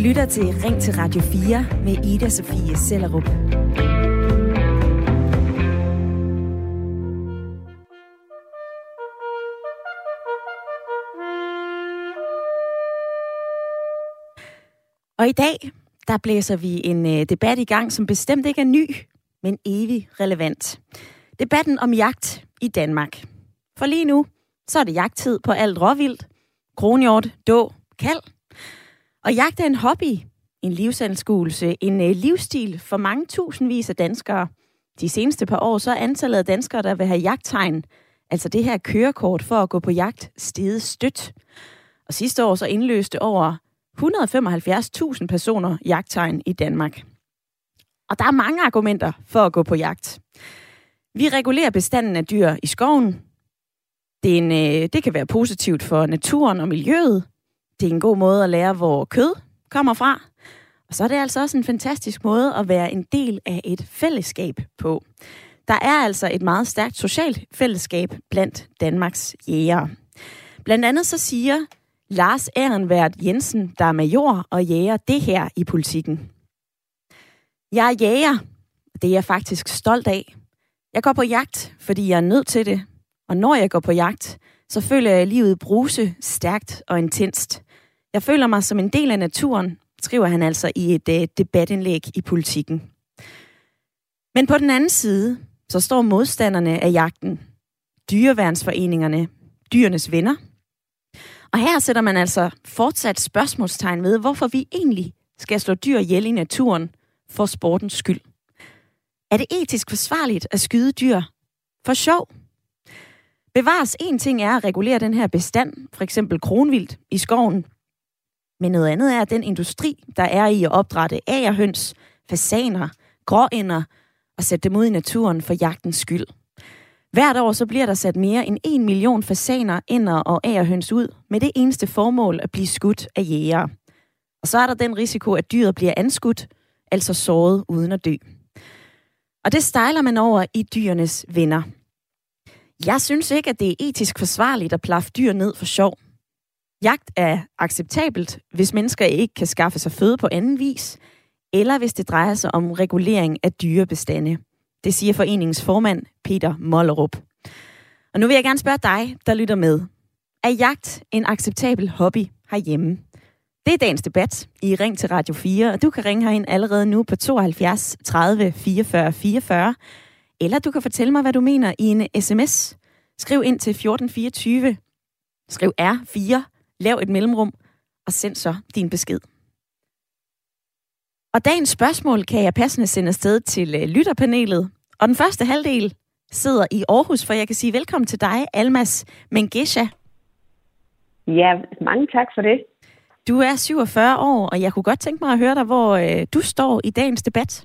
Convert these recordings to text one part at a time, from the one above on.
lytter til Ring til Radio 4 med Ida Sofie Sellerup. Og i dag, der blæser vi en debat i gang, som bestemt ikke er ny, men evig relevant. Debatten om jagt i Danmark. For lige nu, så er det jagttid på alt råvildt, kronhjort, då, kalv. Og jagt er en hobby, en livsanskuelse, en livsstil for mange tusindvis af danskere. De seneste par år, så er antallet af danskere, der vil have jagttegn, altså det her kørekort for at gå på jagt, steget stødt. Og sidste år så indløste over 175.000 personer jagttegn i Danmark. Og der er mange argumenter for at gå på jagt. Vi regulerer bestanden af dyr i skoven. Det kan være positivt for naturen og miljøet. Det er en god måde at lære, hvor kød kommer fra. Og så er det altså også en fantastisk måde at være en del af et fællesskab på. Der er altså et meget stærkt socialt fællesskab blandt Danmarks jægere. Blandt andet så siger Lars Ehrenvært Jensen, der er major og jæger, det her i Politikken. Jeg er jæger. Det er jeg faktisk stolt af. Jeg går på jagt, fordi jeg er nødt til det. Og når jeg går på jagt, så føler jeg livet bruse stærkt og intenst. Jeg føler mig som en del af naturen, skriver han altså i et debatindlæg i Politikken. Men på den anden side, så står modstanderne af jagten, dyreværnsforeningerne, dyrenes venner. Og her sætter man altså fortsat spørgsmålstegn ved, hvorfor vi egentlig skal slå dyr ihjel i naturen for sportens skyld. Er det etisk forsvarligt at skyde dyr for sjov? Bevares, en ting er at regulere den her bestand, for eksempel kronvildt i skoven. Men noget andet er den industri, der er i at opdrætte agerhøns, fasaner, gråænder og sætte dem ud i naturen for jagtens skyld. Hvert år så bliver der sat mere end 1 million fasaner, ænder og agerhøns ud med det eneste formål at blive skudt af jægere. Og så er der den risiko, at dyret bliver anskudt, altså såret uden at dø. Og det stejler man over i dyrenes venner. Jeg synes ikke, at det er etisk forsvarligt at plaffe dyr ned for sjov. Jagt er acceptabelt, hvis mennesker ikke kan skaffe sig føde på anden vis, eller hvis det drejer sig om regulering af dyrebestande. Det siger foreningens formand, Peter Mollerup. Og nu vil jeg gerne spørge dig, der lytter med. Er jagt en acceptabel hobby herhjemme? Det er dagens debat i Ring til Radio 4, og du kan ringe herind allerede nu på 72 30 44 44. Eller du kan fortælle mig, hvad du mener i en sms. Skriv ind til 1424. Skriv R4, lav et mellemrum, og send så din besked. Og dagens spørgsmål kan jeg passende sende afsted til lytterpanelet. Og den første halvdel sidder i Aarhus, for jeg kan sige velkommen til dig, Almas Mengesha. Ja, mange tak for det. Du er 47 år, og jeg kunne godt tænke mig at høre dig, hvor du står i dagens debat.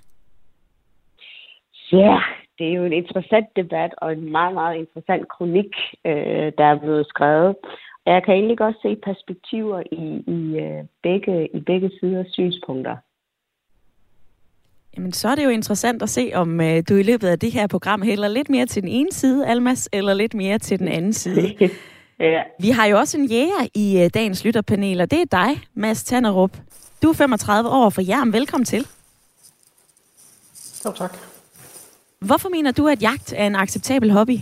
Ja, det er jo en interessant debat og en meget, meget interessant kronik, der er blevet skrevet. Og jeg kan egentlig godt se perspektiver i begge siders synspunkter. Jamen, så er det jo interessant at se, om du i løbet af det her program hælder lidt mere til den ene side, Almas, eller lidt mere til den anden side. Ja. Vi har jo også en jæger i dagens lytterpanel, og det er dig, Mads Tannerup. Du er 35 år fra Hjerm. Velkommen til. Jo, tak. Hvorfor mener du, at jagt er en acceptabel hobby?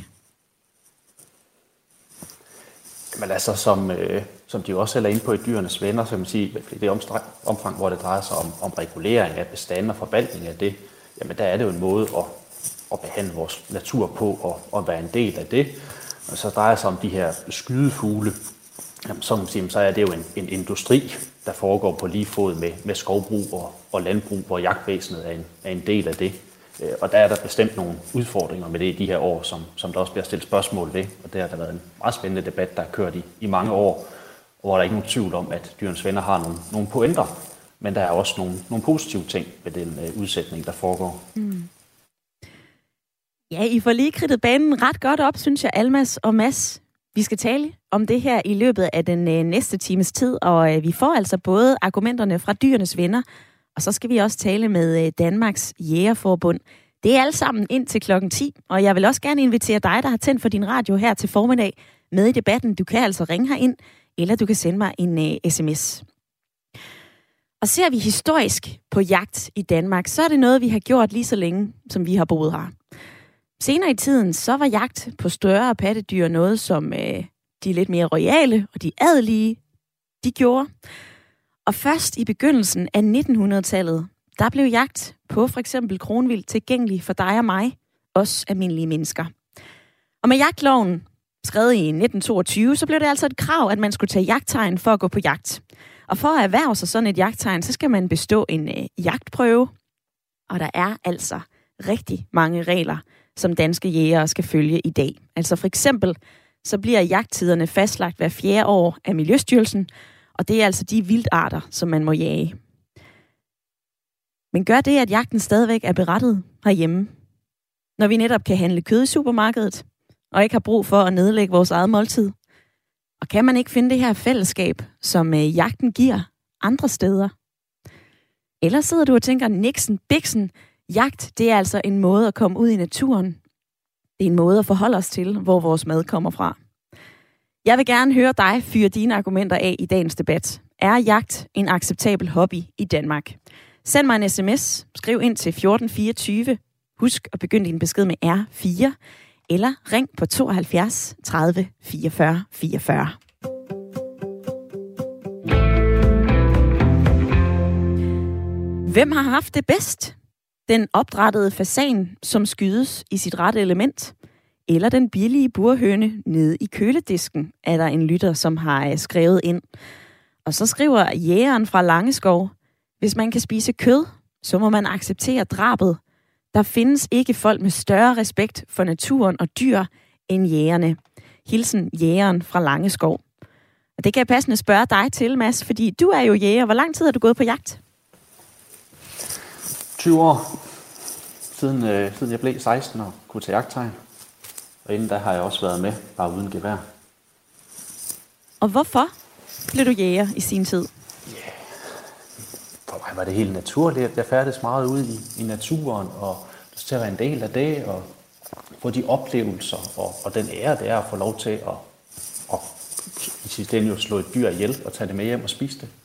Men altså, som de jo også er inde på i dyrenes venner, så kan man sige, i det omfang, hvor det drejer sig om regulering af bestanden og forvaltning af det, jamen der er det jo en måde at behandle vores natur på og være en del af det. Og så drejer sig om de her skydefugle, jamen, så er det jo en industri, der foregår på lige fod med skovbrug og landbrug, hvor jagtvæsenet er en del af det. Og der er der bestemt nogle udfordringer med det i de her år, som der også bliver stillet spørgsmål ved. Og der har der været en meget spændende debat, der har kørt i mange år, hvor der er ikke nogen tvivl om, at dyrenes venner har nogle pointer. Men der er også nogle positive ting ved den udsætning, der foregår. Mm. Ja, I får lige kridtet banen ret godt op, synes jeg, Almas og Mads. Vi skal tale om det her i løbet af den næste times tid, og vi får altså både argumenterne fra dyrenes venner, og så skal vi også tale med Danmarks Jægerforbund. Det er alt sammen ind til klokken 10, og jeg vil også gerne invitere dig, der har tændt for din radio her til formiddag, med i debatten. Du kan altså ringe herind, eller du kan sende mig en sms. Og ser vi historisk på jagt i Danmark, så er det noget, vi har gjort lige så længe, som vi har boet her. Senere i tiden, så var jagt på større pattedyr noget, som de lidt mere royale og de adelige, de gjorde. Og først i begyndelsen af 1900-tallet, der blev jagt på for eksempel kronvildt tilgængelig for dig og mig, os almindelige mennesker. Og med jagtloven, skrevet i 1922, så blev det altså et krav, at man skulle tage jagttegn for at gå på jagt. Og for at erhverve sig sådan et jagttegn, så skal man bestå en jagtprøve. Og der er altså rigtig mange regler, som danske jægere skal følge i dag. Altså for eksempel, så bliver jagttiderne fastlagt hver 4. år af Miljøstyrelsen, og det er altså de vildarter, som man må jage. Men gør det, at jagten stadigvæk er berettet herhjemme? Når vi netop kan handle kød i supermarkedet, og ikke har brug for at nedlægge vores eget måltid? Og kan man ikke finde det her fællesskab, som jagten giver andre steder? Eller sidder du og tænker, Nixon, Bixen, jagt, det er altså en måde at komme ud i naturen. Det er en måde at forholde os til, hvor vores mad kommer fra. Jeg vil gerne høre dig fyre dine argumenter af i dagens debat. Er jagt en acceptabel hobby i Danmark? Send mig en sms, skriv ind til 1424. Husk at begynde din besked med R4. Eller ring på 72 30 44 44. Hvem har haft det bedst? Den opdrættede fasan, som skydes i sit rette element? Eller den billige burhøne nede i køledisken, er der en lytter, som har skrevet ind. Og så skriver jægeren fra Langeskov: hvis man kan spise kød, så må man acceptere drabet. Der findes ikke folk med større respekt for naturen og dyr end jægerne. Hilsen jægeren fra Langeskov. Og det kan jeg passende spørge dig til, Mads, fordi du er jo jæger. Hvor lang tid har du gået på jagt? 20 år. Siden jeg blev 16 og kunne tage jagttegn. Og inden da har jeg også været med, bare uden gevær. Og hvorfor blev du jæger i sin tid? Yeah. For mig var det helt naturligt. Jeg færdes meget ude i naturen, og lyst til at være en del af det, og få de oplevelser, og den ære, det er at få lov til at i sidste ende jo slå et dyr ihjel og tage det med hjem og spise det.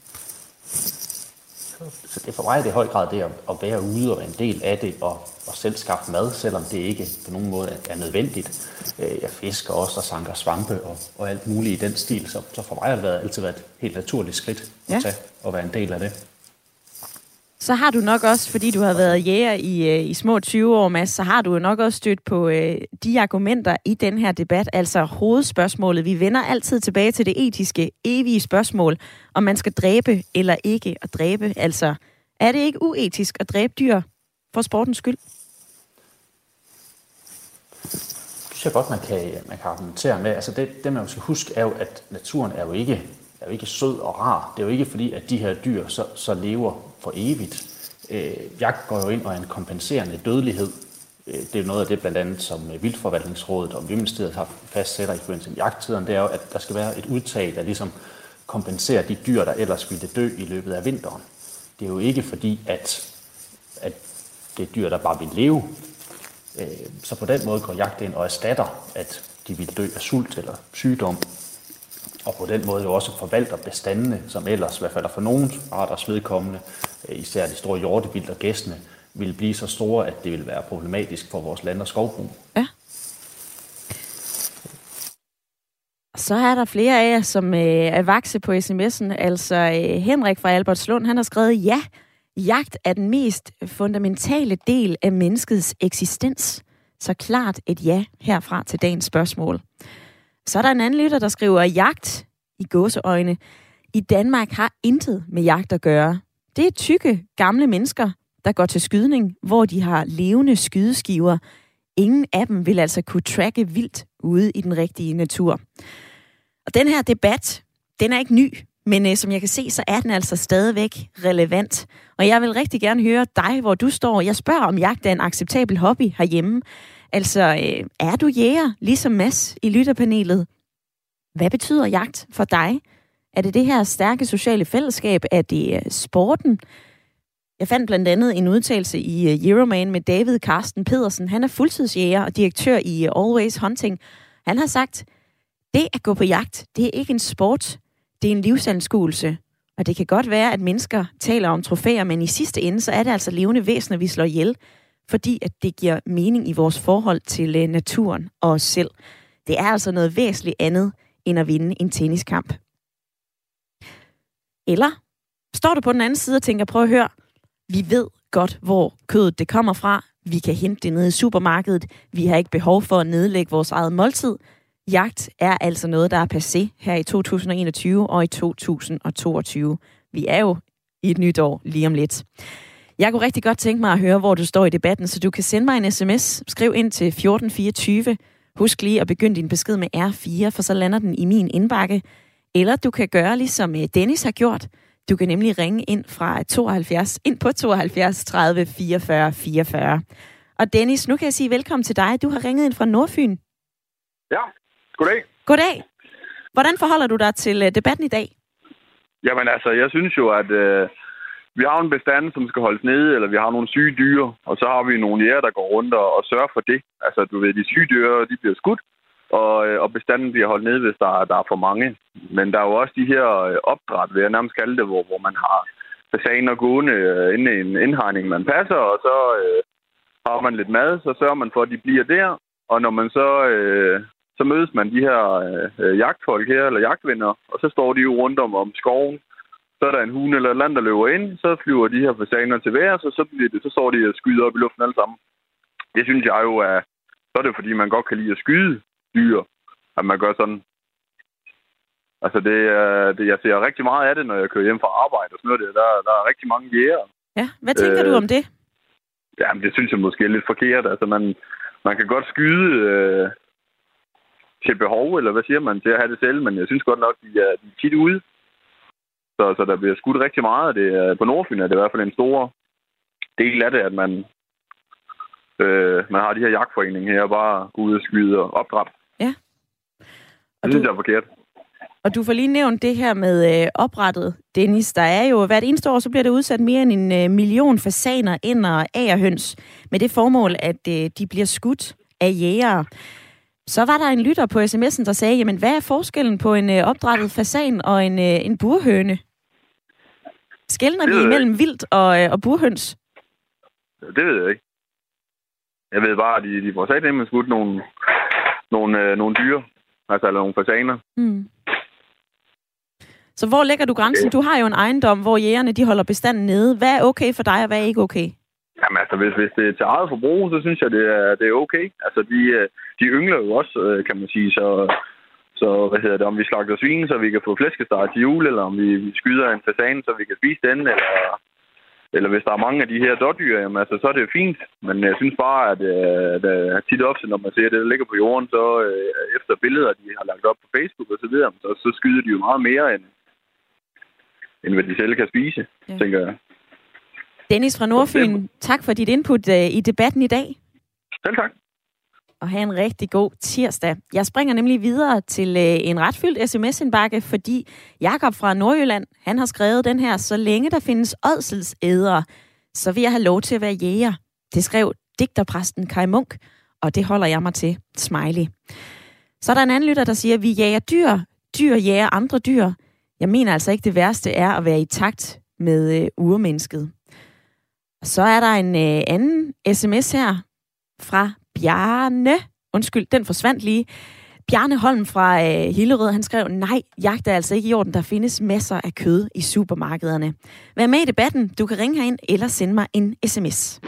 Så det for mig er det i høj grad det at være ude og være en del af det, og selv skaffe mad, selvom det ikke på nogen måde er nødvendigt. Jeg fisker også og sanker svampe og alt muligt i den stil, så for mig har det altid været et helt naturligt skridt at tage og være en del af det. Så har du nok også, fordi du har været jæger i små 20 år, Mads, så har du jo nok også stødt på de argumenter i den her debat, altså hovedspørgsmålet. Vi vender altid tilbage til det etiske, evige spørgsmål, om man skal dræbe eller ikke at dræbe. Altså, er det ikke uetisk at dræbe dyr for sportens skyld? Det synes jeg godt, man kan argumentere med. Altså det man skal huske, er jo, at naturen er jo ikke sød og rar. Det er jo ikke fordi, at de her dyr så lever for evigt. Jagt går jo ind og er en kompenserende dødelighed. Det er noget af det, blandt andet, som Vildtforvaltningsrådet og Miljøministeriet har fastsætter i forbindelse med jagttiderne. Det er jo, at der skal være et udtag, der ligesom kompenserer de dyr, der ellers ville dø i løbet af vinteren. Det er jo ikke fordi, at det er dyr, der bare vil leve. Så på den måde går jagt ind og erstatter, at de vil dø af sult eller sygdom. Og på den måde jo også forvalter bestandene, som ellers, i hvert fald for nogle arters vedkommende, især de store hjortevildt og gæssene, vil blive så store, at det vil være problematisk for vores land- og skovbrug. Ja. Så er der flere af jer, som er vakse på sms'en. Altså Henrik fra Albertslund, han har skrevet: ja, jagt er den mest fundamentale del af menneskets eksistens. Så klart et ja herfra til dagens spørgsmål. Så er der en anden lytter, der skriver: jagt, i gåseøjne, i Danmark har intet med jagt at gøre. Det er tykke, gamle mennesker, der går til skydning, hvor de har levende skydeskiver. Ingen af dem vil altså kunne tracke vildt ude i den rigtige natur. Og den her debat, den er ikke ny, men som jeg kan se, så er den altså stadigvæk relevant. Og jeg vil rigtig gerne høre dig, hvor du står. Jeg spørger, om jagt er en acceptabel hobby herhjemme. Altså, er du jæger, ligesom Mads i lytterpanelet? Hvad betyder jagt for dig? Er det her stærke sociale fællesskab? Er det sporten? Jeg fandt blandt andet en udtalelse i Euroman med David Carsten Pedersen. Han er fuldtidsjæger og direktør i Always Hunting. Han har sagt: det at gå på jagt, det er ikke en sport, det er en livsanskuelse. Og det kan godt være, at mennesker taler om trofæer, men i sidste ende, så er det altså levende væsener, vi slår ihjel, fordi at det giver mening i vores forhold til naturen og os selv. Det er altså noget væsentligt andet, end at vinde en tenniskamp. Eller står du på den anden side og tænker, prøv at høre, vi ved godt, hvor kødet det kommer fra. Vi kan hente det nede i supermarkedet. Vi har ikke behov for at nedlægge vores eget måltid. Jagt er altså noget, der er passé her i 2021 og i 2022. Vi er jo i et nyt år lige om lidt. Jeg kunne rigtig godt tænke mig at høre, hvor du står i debatten, så du kan sende mig en sms. Skriv ind til 1424. Husk lige at begynde din besked med R4, for så lander den i min indbakke. Eller du kan gøre ligesom Dennis har gjort. Du kan nemlig ringe ind fra 72 30 44 44. Og Dennis, nu kan jeg sige velkommen til dig. Du har ringet ind fra Nordfyn. Ja, goddag. Goddag. Hvordan forholder du dig til debatten i dag? Jamen altså, jeg synes jo, at vi har en bestand, som skal holdes nede, eller vi har nogle syge dyr, og så har vi nogle jæger, der går rundt og sørger for det. Altså, du ved, de syge dyr, de bliver skudt, og bestanden bliver holdt nede, hvis der er for mange. Men der er jo også de her opdræt, vil jeg nærmest kalde det, hvor man har fasaner gående inde i en indhegning, man passer, og så har man lidt mad, så sørger man for, at de bliver der. Og når man så mødes man de her jagtfolk her, eller jagtvenner, og så står de jo rundt om skoven. Så er der en hund eller et land, der løber ind, så flyver de her fasaner til værs, og så står de og skyder op i luften alle sammen. Det synes jeg jo er, så er det fordi, man godt kan lide at skyde dyr, at man gør sådan. Altså jeg ser rigtig meget af det, når jeg kører hjem fra arbejde og sådan noget. Der er rigtig mange jæger. Ja, hvad tænker du om det? Jamen, det synes jeg måske er lidt forkert. Altså, man kan godt skyde til behov, eller hvad siger man, til at have det selv, men jeg synes godt nok, de er tit ude. Så der bliver skudt rigtig meget. På Nordfyn er det i hvert fald en stor del af det, at man har de her jagtforeninger her, og bare gå ud og skyde og opdræt. Ja. Og det synes jeg er forkert. Og du får lige nævnt det her med oprettet, Dennis. Der er jo hvert eneste år, så bliver der udsat mere end 1 million fasaner, ænder og agerhøns, med det formål, at de bliver skudt af jægere. Så var der en lytter på sms'en, der sagde, jamen hvad er forskellen på en opdrættet fasan og en burhøne? Skelner vi imellem vildt og burhøns? Det ved jeg ikke. Jeg ved bare, at de får sagt nemlig skudt nogle dyr, altså nogle fasaner. Mm. Så hvor lægger du grænsen? Du har jo en ejendom, hvor jægerne de holder bestanden nede. Hvad er okay for dig, og hvad er ikke okay? Jamen altså, hvis det er til eget forbrug, så synes jeg, det er okay. Altså, de yngler jo også, kan man sige, så om vi slagter svin, så vi kan få flæskesteg til jul, eller om vi skyder en fasan, så vi kan spise den, eller hvis der er mange af de her dårdyr, jamen altså, så er det fint. Men jeg synes bare, at tit ofte, når man ser det, der ligger på jorden, så efter billeder, de har lagt op på Facebook og så videre, så skyder de jo meget mere, end hvad de selv kan spise, tænker jeg. Dennis fra Nordfyn, tak for dit input i debatten i dag. Selv tak. Og have en rigtig god tirsdag. Jeg springer nemlig videre til en ret fyldt sms-indbakke, fordi Jakob fra Nordjylland, han har skrevet den her: så længe der findes ådselsædere, så vil jeg have lov til at være jæger. Det skrev digterpræsten Kai Munk, og det holder jeg mig til. Smiley. Så er der en anden lytter, der siger, vi jager dyr jager andre dyr. Jeg mener altså ikke, det værste er at være i takt med urmennesket. Så er der en anden sms her fra Bjarne. Undskyld, den forsvandt lige. Bjarne Holm fra Hillerød, han skrev, nej, jagt er altså ikke i orden. Der findes masser af kød i supermarkederne. Vær med i debatten. Du kan ringe herind eller sende mig en sms.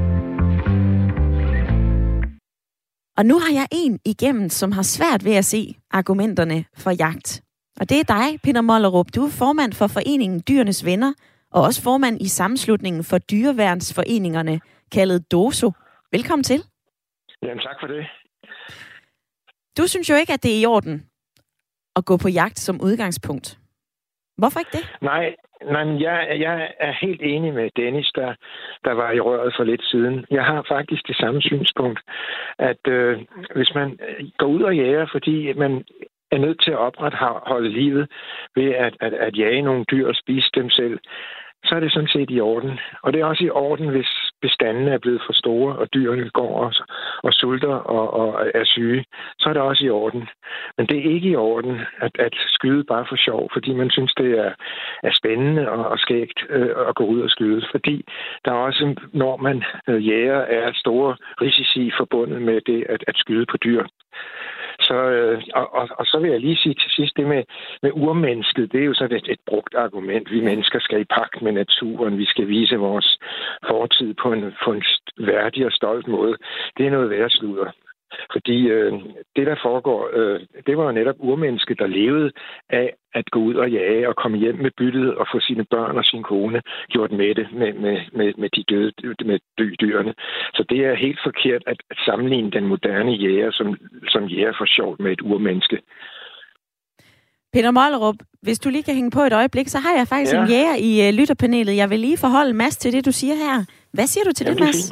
Og nu har jeg en igennem, som har svært ved at se argumenterne for jagt. Og det er dig, Peter Mollerup. Du er formand for foreningen Dyrenes Venner, og også formand i sammenslutningen for dyreværnsforeningerne, kaldet DOSO. Velkommen til. Jamen, tak for det. Du synes jo ikke, at det er i orden at gå på jagt som udgangspunkt. Hvorfor ikke det? Nej, jeg er helt enig med Dennis, der var i røret for lidt siden. Jeg har faktisk det samme synspunkt, at hvis man går ud og jager, fordi man er nødt til at opretholde livet ved at jage nogle dyr og spise dem selv, så er det sådan set i orden. Og det er også i orden, hvis bestandene er blevet for store, og dyrene går og sulter og er syge, så er det også i orden. Men det er ikke i orden at skyde bare for sjov, fordi man synes, det er spændende og skægt at gå ud og skyde. Fordi der er også, når man jæger, er store risici forbundet med det at skyde på dyr. Og så vil jeg lige sige til sidst, det med urmennesket, det er jo så et brugt argument. Vi mennesker skal i pagt med naturen, vi skal vise vores fortid på en værdig og stolt måde. Det er noget værd sludder. Fordi det, der foregår, det var jo netop urmennesket, der levede af at gå ud og jage og komme hjem med byttet og få sine børn og sin kone gjort mætte med de døde med dyrene. Så det er helt forkert at sammenligne den moderne jæger som jæger for sjovt med et urmenneske. Peter Mollerup, hvis du lige kan hænge på et øjeblik, så har jeg faktisk en jæger i lytterpanelet. Jeg vil lige forholde Mads til det, du siger her. Hvad siger du til det, Mads?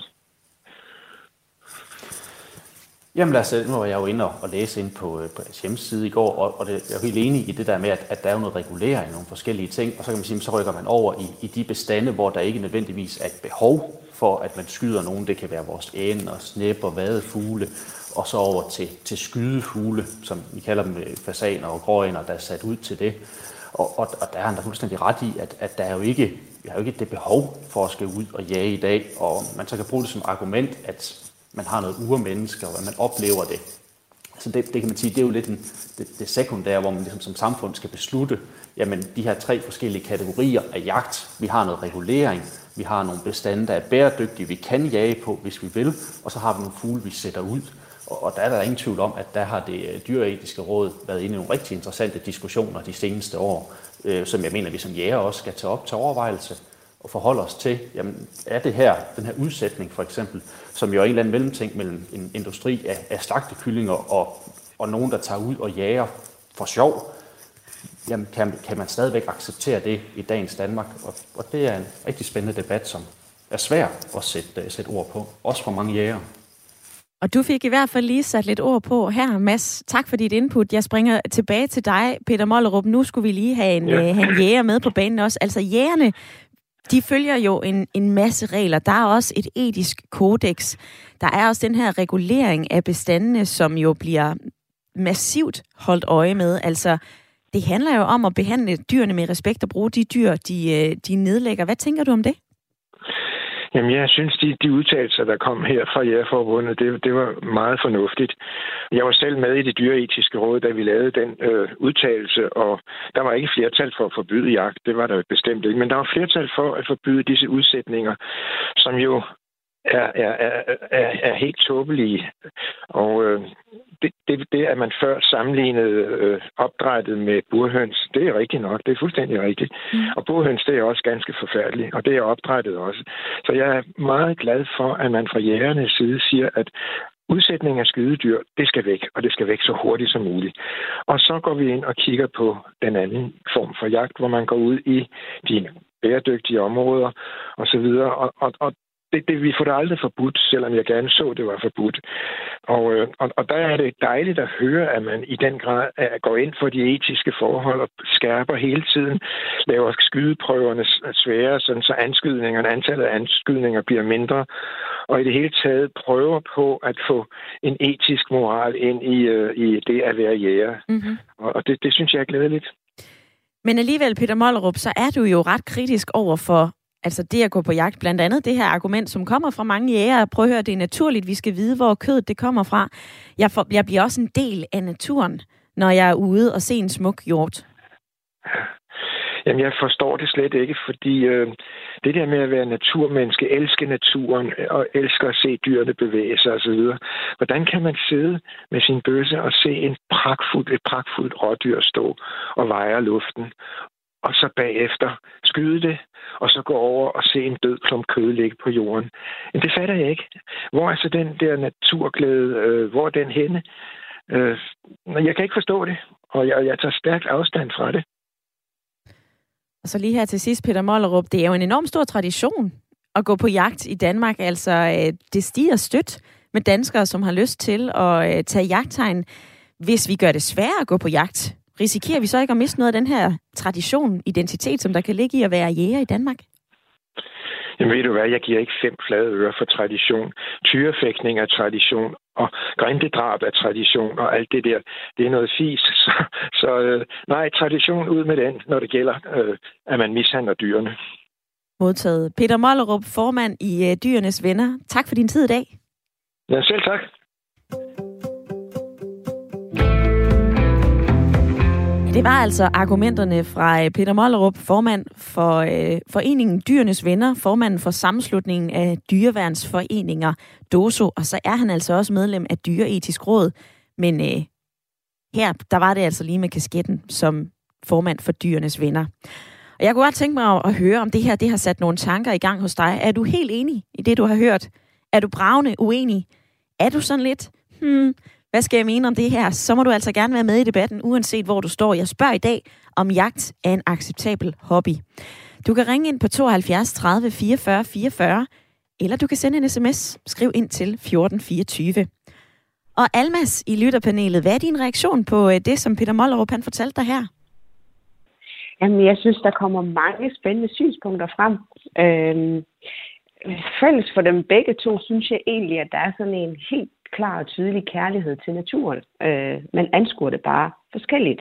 Jamen nu var jeg jo inde og læse ind på jeres hjemmeside i går, og jeg er helt enig i det der med, at der er jo noget regulering, nogle forskellige ting, og så kan man sige, så rykker man over i de bestande, hvor der ikke nødvendigvis er et behov for, at man skyder nogen. Det kan være vores ænder, snæpper, vadefugle, og så over til skydefugle, som vi kalder dem, fasaner og gråænder, der er sat ud til det. Og der er han da fuldstændig ret i, at der er jo ikke, vi har jo ikke det behov for at skal ud og jage i dag, og man så kan bruge det som argument, at man har noget urmennesker, og man oplever det. Så det kan man sige, det er jo lidt det sekundære, hvor man ligesom som samfund skal beslutte, jamen de her 3 forskellige kategorier af jagt. Vi har noget regulering, vi har nogle bestande, der er bæredygtige, vi kan jage på, hvis vi vil, og så har vi nogle fugle, vi sætter ud. Og der er der ingen tvivl om, at der har det dyreetiske råd været inde i nogle rigtig interessante diskussioner de seneste år, som jeg mener, vi som jæger også skal tage op til overvejelse og forholde os til, jamen er det her, den her udsætning for eksempel, som jo er en eller anden mellemting mellem en industri af slagtekyllinger og nogen, der tager ud og jager for sjov, jamen kan man stadigvæk acceptere det i dagens Danmark? Og det er en rigtig spændende debat, som er svær at sætte ord på, også for mange jægere. Og du fik i hvert fald lige sat lidt ord på her, Mads. Tak for dit input. Jeg springer tilbage til dig, Peter Mollerup. Nu skulle vi lige have en jæger med på banen også. Altså jægerne, de følger jo en masse regler. Der er også et etisk kodeks. Der er også den her regulering af bestandene, som jo bliver massivt holdt øje med. Altså, det handler jo om at behandle dyrene med respekt og bruge de dyr, de nedlægger. Hvad tænker du om det? Jamen, jeg synes, de udtalelser, der kom her fra Jægerforbundet, det var meget fornuftigt. Jeg var selv med i det dyreetiske råd, da vi lavede den udtalelse, og der var ikke flertal for at forbyde jagt. Det var der bestemt ikke. Men der var flertal for at forbyde disse udsætninger, som jo er helt tåbelige. Og det, at man før sammenlignede opdrættet med burhøns, det er rigtigt nok. Det er fuldstændig rigtigt. Og burhøns, det er også ganske forfærdeligt, og det er opdrættet også. Så jeg er meget glad for, at man fra jægernes side siger, at udsætning af skydedyr, det skal væk, og det skal væk så hurtigt som muligt. Og så går vi ind og kigger på den anden form for jagt, hvor man går ud i de bæredygtige områder osv., og vi får det aldrig forbudt, selvom jeg gerne så, det var forbudt. Og der er det dejligt at høre, at man i den grad går ind for de etiske forhold og skærper hele tiden, laver skydeprøverne sværere, sådan så antallet af anskydninger bliver mindre, og i det hele taget prøver på at få en etisk moral ind i det at være jæger. Mm-hmm. Og det synes jeg er glædeligt. Men alligevel, Peter Mollerup, så er du jo ret kritisk over for altså det at gå på jagt, blandt andet det her argument, som kommer fra mange jægere. Prøv at høre, det er naturligt, vi skal vide, hvor kødet det kommer fra. Jeg bliver også en del af naturen, når jeg er ude og se en smuk hjort. Jamen, jeg forstår det slet ikke, fordi det der med at være naturmenneske, elske naturen og elsker at se dyrene bevæge sig osv. Hvordan kan man sidde med sin bøsse og se et pragtfuldt rådyr stå og veje luften, og så bagefter skyde det, og så gå over og se en død klump kød ligge på jorden? Men det fatter jeg ikke. Hvor er så den der naturglæde? Hvor er den henne? Jeg kan ikke forstå det, og jeg tager stærkt afstand fra det. Og så lige her til sidst, Peter Mollerup, det er jo en enorm stor tradition at gå på jagt i Danmark. Altså, det stiger stødt med danskere, som har lyst til at tage jagttegn. Hvis vi gør det sværere at gå på jagt, risikerer vi så ikke at miste noget af den her tradition, identitet, som der kan ligge i at være jæger i Danmark? Jamen ved du hvad, jeg giver ikke 5 flade ører for tradition. Tyrefægtning er tradition, og grindedrab er tradition, og alt det der, det er noget fis. Så nej, tradition ud med den, når det gælder, at man mishandler dyrene. Modtaget. Peter Mollerup, formand i Dyrenes Venner. Tak for din tid i dag. Ja, selv tak. Det var altså argumenterne fra Peter Mollerup, formand for foreningen Dyrenes Venner, formanden for sammenslutningen af dyreværnsforeninger DOSO, og så er han altså også medlem af Dyreetisk Råd. Men her, der var det altså lige med kasketten som formand for Dyrenes Venner. Og jeg kunne godt tænke mig at høre, om det her det har sat nogle tanker i gang hos dig. Er du helt enig i det, du har hørt? Er du bragende uenig? Er du sådan lidt, hvad skal jeg mene om det her? Så må du altså gerne være med i debatten, uanset hvor du står. Jeg spørger i dag, om jagt er en acceptabel hobby. Du kan ringe ind på 72 30 44 44, eller du kan sende en sms. Skriv ind til 1424. Og Almas i lytterpanelet, hvad er din reaktion på det, som Peter Mollerup han fortalte dig her? Jamen, jeg synes, der kommer mange spændende synspunkter frem. Fælles for dem begge to, synes jeg egentlig, at der er sådan en helt klar og tydelig kærlighed til naturen. Man anskuer det bare forskelligt.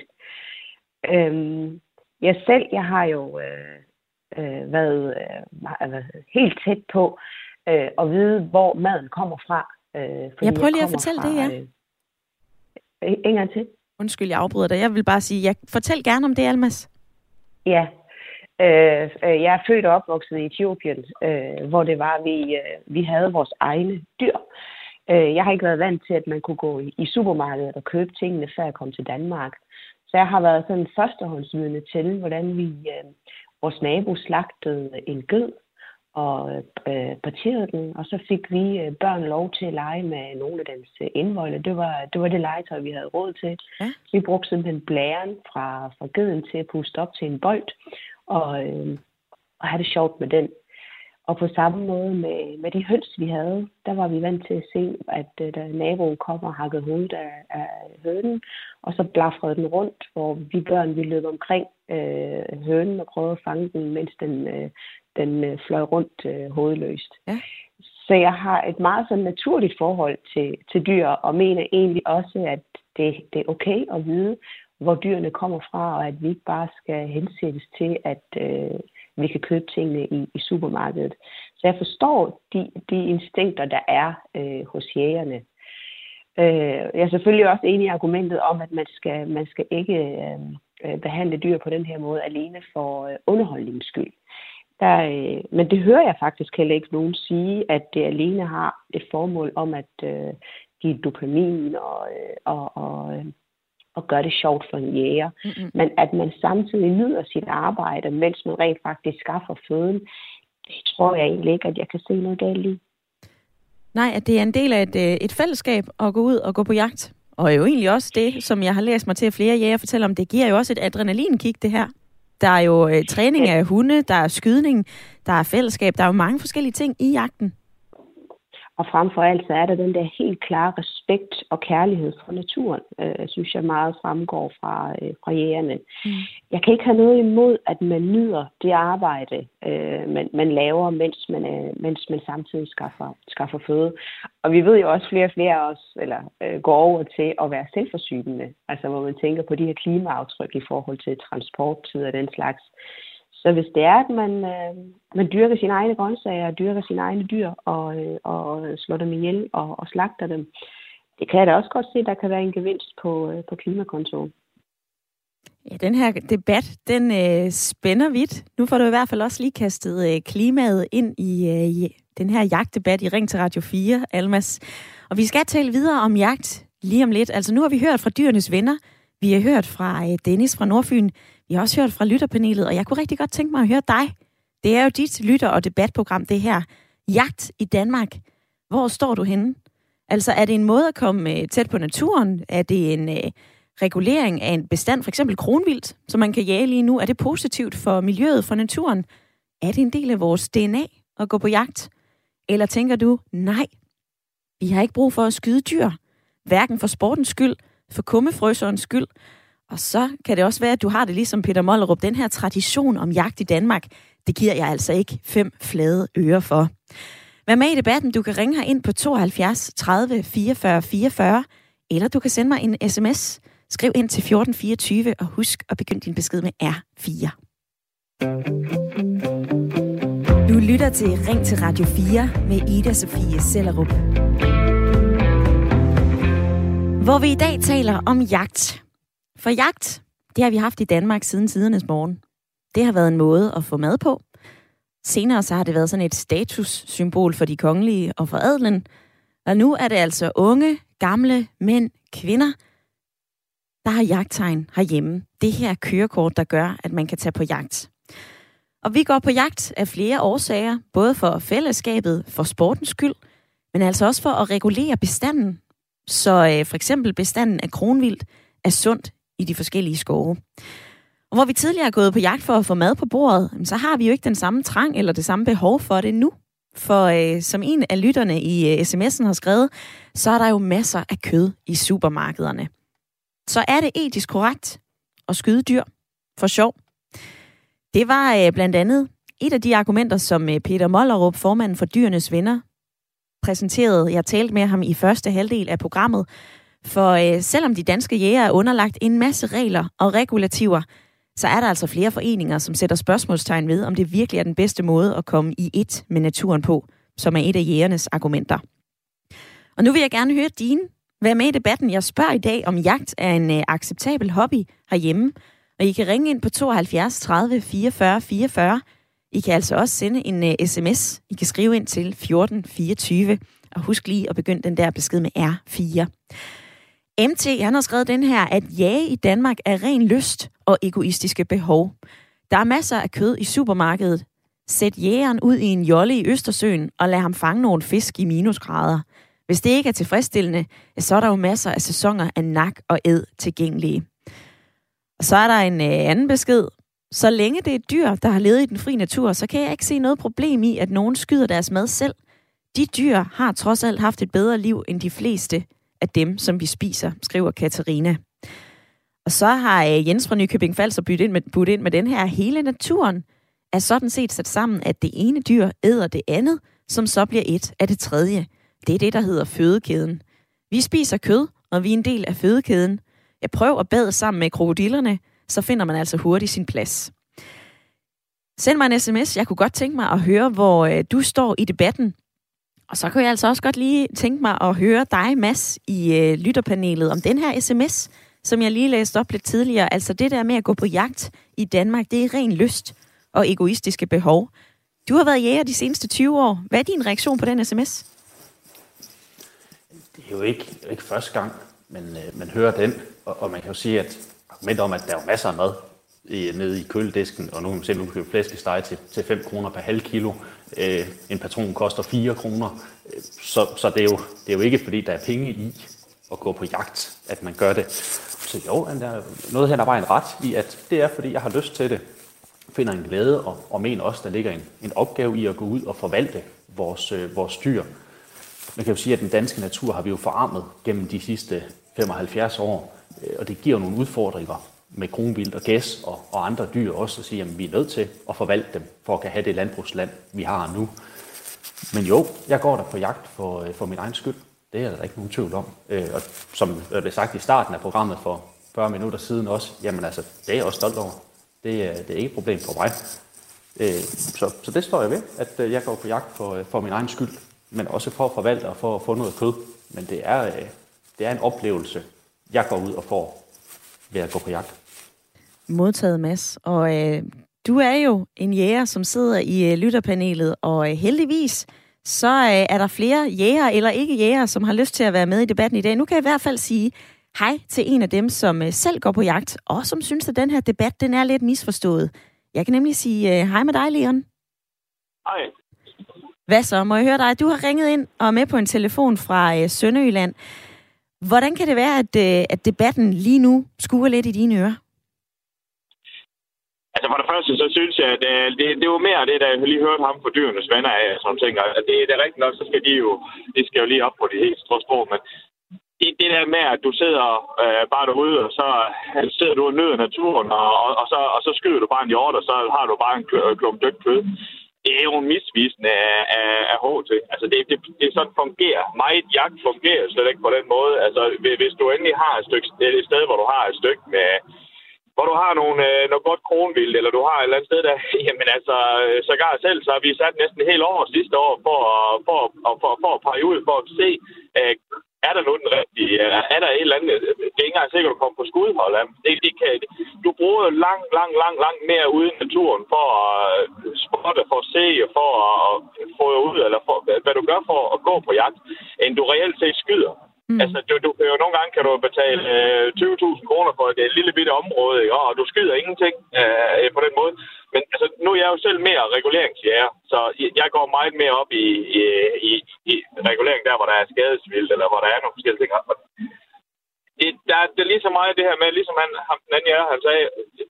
Jeg har jo været helt tæt på at vide, hvor maden kommer fra. Jeg prøver lige at fortælle det, ja. En gang til. Undskyld, jeg afbryder dig. Jeg vil bare sige, fortæl gerne om det, Almas. Ja. Jeg er født og opvokset i Etiopien, hvor det var, vi havde vores egne dyr. Jeg har ikke været vant til, at man kunne gå i supermarkedet og købe tingene, før jeg kom til Danmark. Så jeg har været sådan førstehåndsvidne til, hvordan vores nabo slagtede en ged og parterede den, og så fik vi børn lov til at lege med nogle af dens indvolde. Det var det legetøj, vi havde råd til. Ja. Vi brugte simpelthen blæren fra geden til at puste op til en bold, og have det sjovt med den. Og på samme måde med de høns, vi havde, der var vi vant til at se, at da naboen kom og hakkede hovedet af hønen, og så blafrede den rundt, hvor vi børn vi løb omkring hønen og prøvede at fange den, mens den fløj rundt hovedløst. Ja. Så jeg har et meget sådan naturligt forhold til dyr, og mener egentlig også, at det er okay at vide, hvor dyrene kommer fra, og at vi ikke bare skal hensættes til, at vi kan købe tingene i supermarkedet. Så jeg forstår de instinkter, der er hos jægerne. Jeg er selvfølgelig også enig i argumentet om, at man skal ikke behandle dyr på den her måde alene for underholdningens skyld. Men det hører jeg faktisk heller ikke nogen sige, at det alene har et formål om at give dopamin og gøre det sjovt for en jæger. Mm-hmm. Men at man samtidig nyder sit arbejde, mens man rent faktisk skaffer føden, det tror jeg egentlig ikke, at jeg kan se noget galt i. Nej, at det er en del af et fællesskab at gå ud og gå på jagt. Og jo egentlig også det, som jeg har læst mig til, at flere jæger fortæller om, det giver jo også et adrenalinkick, det her. Der er jo træning af hunde, der er skydning, der er fællesskab, der er jo mange forskellige ting i jagten. Og frem for alt, så er der den der helt klare respekt og kærlighed for naturen, synes jeg meget fremgår fra jægerne. Mm. Jeg kan ikke have noget imod, at man nyder det arbejde, man laver, mens man samtidig skaffer føde. Og vi ved jo også flere og flere af os går over til at være selvforsynende. Altså hvor man tænker på de her klimaaftryk i forhold til transporttid og den slags. Så hvis det er, at man dyrker sine egne grøntsager, dyrker sine egne dyr og slår dem ihjel og slagter dem, det kan jeg da også godt se, at der kan være en gevinst på klimakontoen. Ja, den her debat, den spænder vidt. Nu får du i hvert fald også lige kastet klimaet ind i den her jagtdebat i Ring til Radio 4, Almas. Og vi skal tale videre om jagt lige om lidt. Altså nu har vi hørt fra Dyrenes Venner, vi har hørt fra Dennis fra Nordfyn, vi har også hørt fra lytterpanelet, og jeg kunne rigtig godt tænke mig at høre dig. Det er jo dit lytter- og debatprogram, det her. Jagt i Danmark. Hvor står du henne? Altså, er det en måde at komme tæt på naturen? Er det en regulering af en bestand, for eksempel kronvildt, som man kan jage lige nu? Er det positivt for miljøet, for naturen? Er det en del af vores DNA at gå på jagt? Eller tænker du, nej, vi har ikke brug for at skyde dyr. Hverken for sportens skyld, for kummefrøserens skyld. Og så kan det også være, at du har det ligesom Peter Mollerup. Den her tradition om jagt i Danmark, det giver jeg altså ikke 5 flade ører for. Vær med i debatten. Du kan ringe her ind på 72 30 44 44, eller du kan sende mig en sms. Skriv ind til 1424, og husk at begynde din besked med R4. Du lytter til Ring til Radio 4 med Ida Sofie Sellerup. Hvor vi i dag taler om jagt. For jagt, det har vi haft i Danmark siden tidernes morgen. Det har været en måde at få mad på. Senere så har det været sådan et statussymbol for de kongelige og for adelen. Og nu er det altså unge, gamle, mænd, kvinder, der har jagttegn herhjemme. Det her kørekort, der gør, at man kan tage på jagt. Og vi går på jagt af flere årsager, både for fællesskabet, for sportens skyld, men altså også for at regulere bestanden. Så for eksempel bestanden af kronvildt er sundt i de forskellige skove. Og hvor vi tidligere er gået på jagt for at få mad på bordet, så har vi jo ikke den samme trang eller det samme behov for det nu. For som en af lytterne i sms'en har skrevet, så er der jo masser af kød i supermarkederne. Så er det etisk korrekt at skyde dyr for sjov? Det var blandt andet et af de argumenter, som Peter Mollerup, formanden for Dyrenes Venner, præsenterede. Jeg talte med ham i første halvdel af programmet. For selvom de danske jægere er underlagt en masse regler og regulativer, så er der altså flere foreninger, som sætter spørgsmålstegn ved, om det virkelig er den bedste måde at komme i et med naturen på, som er et af jægernes argumenter. Og nu vil jeg gerne høre dine. Vær med i debatten. Jeg spørger i dag, om jagt er en acceptabel hobby herhjemme. Og I kan ringe ind på 72 30 44 44. I kan altså også sende en sms. I kan skrive ind til 1424. Og husk lige at begynde den der besked med R4. MT, han har skrevet den her, at jage i Danmark er ren lyst og egoistiske behov. Der er masser af kød i supermarkedet. Sæt jægeren ud i en jolle i Østersøen og lad ham fange nogle fisk i minusgrader. Hvis det ikke er tilfredsstillende, så er der jo masser af sæsoner af nak og æd tilgængelige. Og så er der en anden besked. Så længe det er dyr, der har levet i den fri natur, så kan jeg ikke se noget problem i, at nogen skyder deres mad selv. De dyr har trods alt haft et bedre liv end de fleste af dem, som vi spiser, skriver Katarina. Og så har Jens fra Nykøbing Falster budt ind med den her. Hele naturen er sådan set sat sammen, at det ene dyr æder det andet, som så bliver et af det tredje. Det er det, der hedder fødekæden. Vi spiser kød, og vi er en del af fødekæden. Jeg prøver at bade sammen med krokodillerne, så finder man altså hurtigt sin plads. Send mig en sms. Jeg kunne godt tænke mig at høre, hvor du står i debatten. Og så kunne jeg altså også godt lige tænke mig at høre dig, Mads, i lytterpanelet om den her sms, som jeg lige læste op lidt tidligere. Altså det der med at gå på jagt i Danmark, det er ren lyst og egoistiske behov. Du har været jæger de seneste 20 år. Hvad er din reaktion på den sms? Det er jo ikke første gang, man hører den, og man kan jo sige, at argumentet om, at der er masser af mad nede i køledisken, og nu kan man selv købe flæskesteg til 5 kroner per halv kilo. En patron koster 4 kroner. Så det er jo ikke, fordi der er penge i at gå på jagt, at man gør det. Så jo, der er noget her, der var en ret i, at det er, fordi jeg har lyst til det. Finder en glæde, og mener også, der ligger en opgave i at gå ud og forvalte vores dyr. Man kan jo sige, at den danske natur har vi jo forarmet gennem de sidste 75 år, og det giver nogle udfordringer med kronvildt og gæs og andre dyr også, at sige, at vi er nødt til at forvalte dem, for at kan have det landbrugsland, vi har nu. Men jo, jeg går der på jagt for min egen skyld. Det er der ikke nogen tvivl om. Og som det blev sagt i starten af programmet for 40 minutter siden også, jamen altså, det er jeg også stolt over. Det er ikke et problem for mig. Så det står jeg ved, at jeg går på jagt for min egen skyld, men også for at forvalte og for at få noget kød. Men det er en oplevelse, jeg går ud og får ved at gå på jagt. Modtaget, Mads. Og du er jo en jæger, som sidder i lytterpanelet, og heldigvis så er der flere jæger eller ikke jæger, som har lyst til at være med i debatten i dag. Nu kan jeg i hvert fald sige hej til en af dem, som selv går på jagt, og som synes, at den her debat, den er lidt misforstået. Jeg kan nemlig sige hej med dig, Leon. Hej. Hvad så? Må jeg høre dig? Du har ringet ind og er med på en telefon fra Sønderjylland. Hvordan kan det være, at debatten lige nu skuer lidt i dine ører? Altså for det første, så synes jeg, at det var mere det, da jeg lige hørte ham på Dyrenes Venner af, som tænker, at det er rigtigt nok, så skal de skal jo lige op på det helt store sprog, men det der med, at du sidder bare derude, og så sidder du og nyder naturen, og så skyder du bare en hjort, og så har du bare en klump dødt kød. Det er jo en misvisende af HT. Altså, det sådan fungerer. Meget jagt fungerer slet ikke på den måde. Altså, hvis du endelig har et sted, hvor du har et stykke med... hvor du har noget godt kronvildt, eller du har et eller andet sted der, jamen altså, sågar selv, så har vi sat næsten et helt år sidste år for at pege ud, for at se, er der nu den rigtige, er der et eller andet, det er ikke engang sikkert at komme på skudhold af. Du bruger langt mere ude i naturen for at spotte, for at se, for at få ud, eller for, hvad du gør for at gå på jagt, end du reelt set skyder. Altså, nogle gange kan du betale 20.000 kroner for et lille bitte område, ikke? Og du skyder ingenting på den måde. Men altså, nu er jeg jo selv mere reguleringsjæger, så jeg går meget mere op i regulering der, hvor der er skadesvildt, eller hvor der er nogle forskellige ting. Det er lige så meget det her med, ligesom han sagde,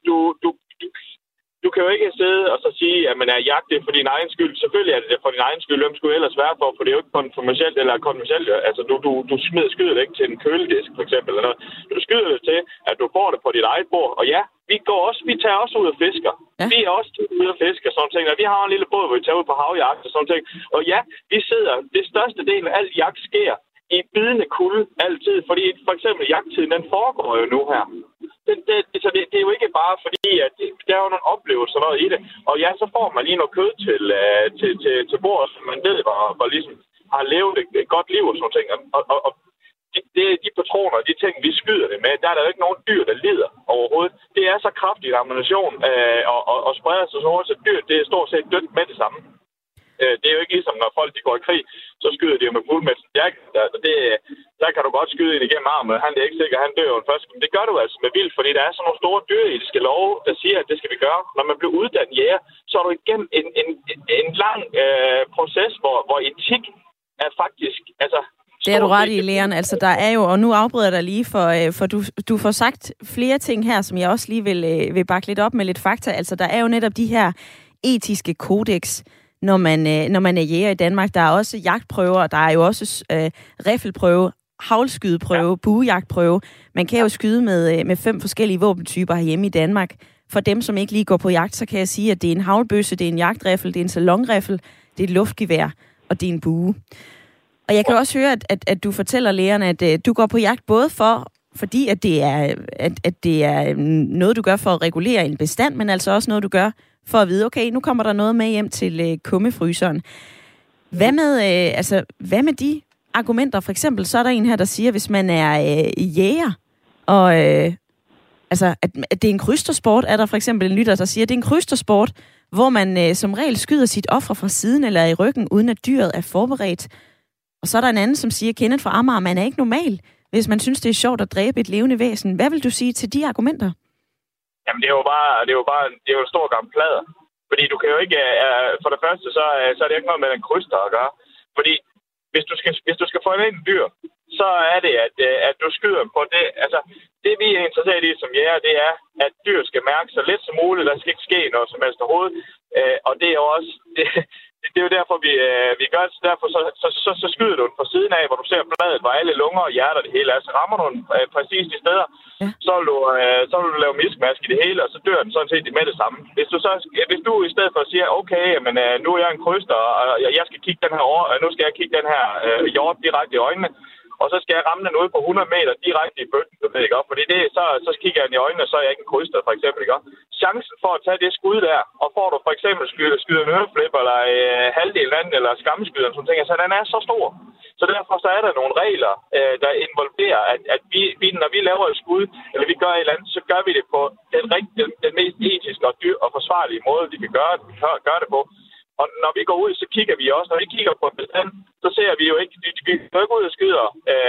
du kan jo ikke sidde og så sige, at man er jagtet for din egen skyld. Selvfølgelig er det for din egen skyld. Hvem skulle ellers være for? For det er jo ikke konventionelt eller konventionelt. Altså, du skyder det ikke til en køledisk, for eksempel. Eller du skyder det til, at du får det på dit eget bord. Og ja, vi tager også ud og fisker. Ja. Vi er også ude og fisker, sådan ting. Og vi har en lille båd, hvor vi tager ud på havjagt og sådan ting. Og ja, vi sidder. Det største del af alt jagt sker i bidende kulde altid. Fordi for eksempel jagttiden, den foregår jo nu her. Det er jo ikke bare fordi, at der er jo nogle oplevelser noget i det. Og ja, så får man lige noget kød til bordet, som man ved, hvor ligesom har levet et godt liv og sådan ting. Og de patroner, de ting, vi skyder det med, der er der jo ikke nogen dyr, der lider overhovedet. Det er så kraftig en ammunition og spreder sig så hurtigt, så dyr, det er stort set dødt med det samme. Det er jo ikke ligesom, når folk de går i krig, så skyder de jo med fuldmæssigt. Der kan du godt skyde ind igennem armen. Han er ikke sikker, han dør jo først. Men det gør du altså med vildt, fordi der er sådan nogle store dyreetiske love, der siger, at det skal vi gøre. Når man bliver uddannet jæger, så er du igennem en lang proces, hvor etik er faktisk... Altså, det er du ret i, Leon. Altså, der er jo, og nu afbryder jeg dig lige, for du får sagt flere ting her, som jeg også lige vil bakke lidt op med lidt fakta. Altså, der er jo netop de her etiske kodex, når man er jæger i Danmark. Der er også jagtprøver, der er jo også riffelprøve, haglskydeprøve, buejagtprøve. Man kan jo skyde med 5 forskellige våbentyper herhjemme i Danmark. For dem, som ikke lige går på jagt, så kan jeg sige, at det er en haglbøsse, det er en jagtriffel, det er en salonriffel, det er et luftgevær, og det er en bue. Og jeg kan også høre, at du fortæller lærerne, at du går på jagt både fordi at det er noget, du gør for at regulere en bestand, men altså også noget, du gør for at vide, okay, nu kommer der noget med hjem til kummefryseren. Hvad med de argumenter? For eksempel, så er der en her, der siger, hvis man er jæger, og at det er en krystersport, er der for eksempel en lytter, der siger, at det er en krystersport, hvor man som regel skyder sit offer fra siden eller i ryggen, uden at dyret er forberedt. Og så er der en anden, som siger, Kenneth fra Amager, man er ikke normal, hvis man synes, det er sjovt at dræbe et levende væsen. Hvad vil du sige til de argumenter? Jamen, det er jo en stor gammel plader. Fordi du kan jo ikke, for det første, så er det ikke noget med en kryster at gøre. Fordi hvis du skal få en dyr, så er det, at du skyder på det. Altså, det vi er interesseret i som jæger, det er, at dyr skal mærke så lidt som muligt. Der skal ikke ske noget som helst overhovedet. Og det er jo også... Det er jo derfor, vi gør det. Derfor så skyder du den fra siden af, hvor du ser bladet, hvor alle lunger og hjerter det hele er. Så rammer du den præcis de steder, ja. Så vil du lave miskmask i det hele, og så dør den sådan set med det samme. Hvis du i stedet for siger, okay, men nu er jeg en kryster, og jeg skal kigge den her over, nu skal jeg kigge den her hjort direkte i øjnene, og så skal jeg ramme den ud på 100 meter direkte i bøtten, ikke? Fordi så kigger jeg den i øjnene, så er jeg ikke en kryster, for eksempel, ikke? Chancen for at tage det skud der, og får du for eksempel skyder en øreflip, eller halvdelen af den, eller skamskyder, sådan ting, så den er så stor. Så derfor så er der nogle regler, der involverer, at vi, når vi laver et skud, eller vi gør et eller andet, så gør vi det på den mest etiske og forsvarlige måde, vi kan gøre det på. Og når vi går ud, så kigger vi også. Når vi kigger på en bestand, så ser vi jo ikke... Vi går ikke ud og skyder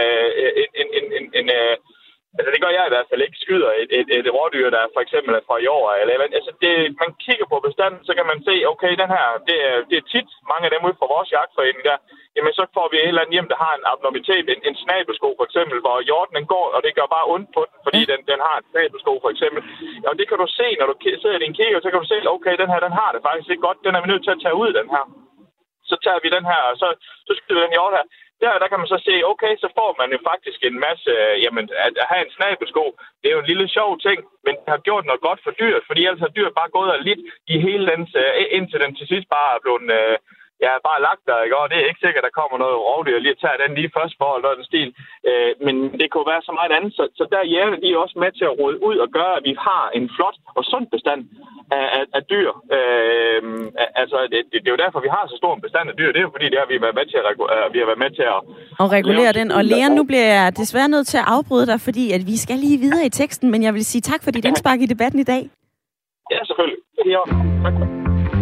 altså det gør jeg i hvert fald ikke. Skyder et rådyr, der for eksempel er fra i år. Eller, altså man kigger på bestanden, så kan man se, okay, den her, det er tit mange af dem ude fra vores jagtforening der. Jamen så får vi et eller andet hjem, der har en abnormitet, en snabelsko for eksempel, hvor hjorten den går, og det gør bare ondt på den, fordi den har en snabelsko for eksempel. Og det kan du se, når du sidder i din kigger, så kan du se, okay, den her, den har det faktisk ikke godt, den er vi nødt til at tage ud, den her. Så tager vi den her, og så skyder den hjort her. der kan man så se, okay, så får man jo faktisk en masse, at have en snabelsko, det er jo en lille sjov ting, men det har gjort noget godt for dyret, fordi ellers har dyret bare gået og lidt i hele dens, indtil den til sidst bare er blevet, bare lagt der, ikke? Og det er ikke sikkert, at der kommer noget rovdyr og lige tager den lige først for, eller den stil. Men det kunne være så meget andet. Så der er jægerne, de er også med til at råde ud og gøre, at vi har en flot og sund bestand af dyr. Det er jo derfor, vi har så stor en bestand af dyr. Det er jo fordi, det har vi været med til at regulere den. Og Leon, nu bliver jeg desværre nødt til at afbryde dig, fordi at vi skal lige videre i teksten, men jeg vil sige tak for dit indspark i debatten i dag. Ja, selvfølgelig. Ja, tak for.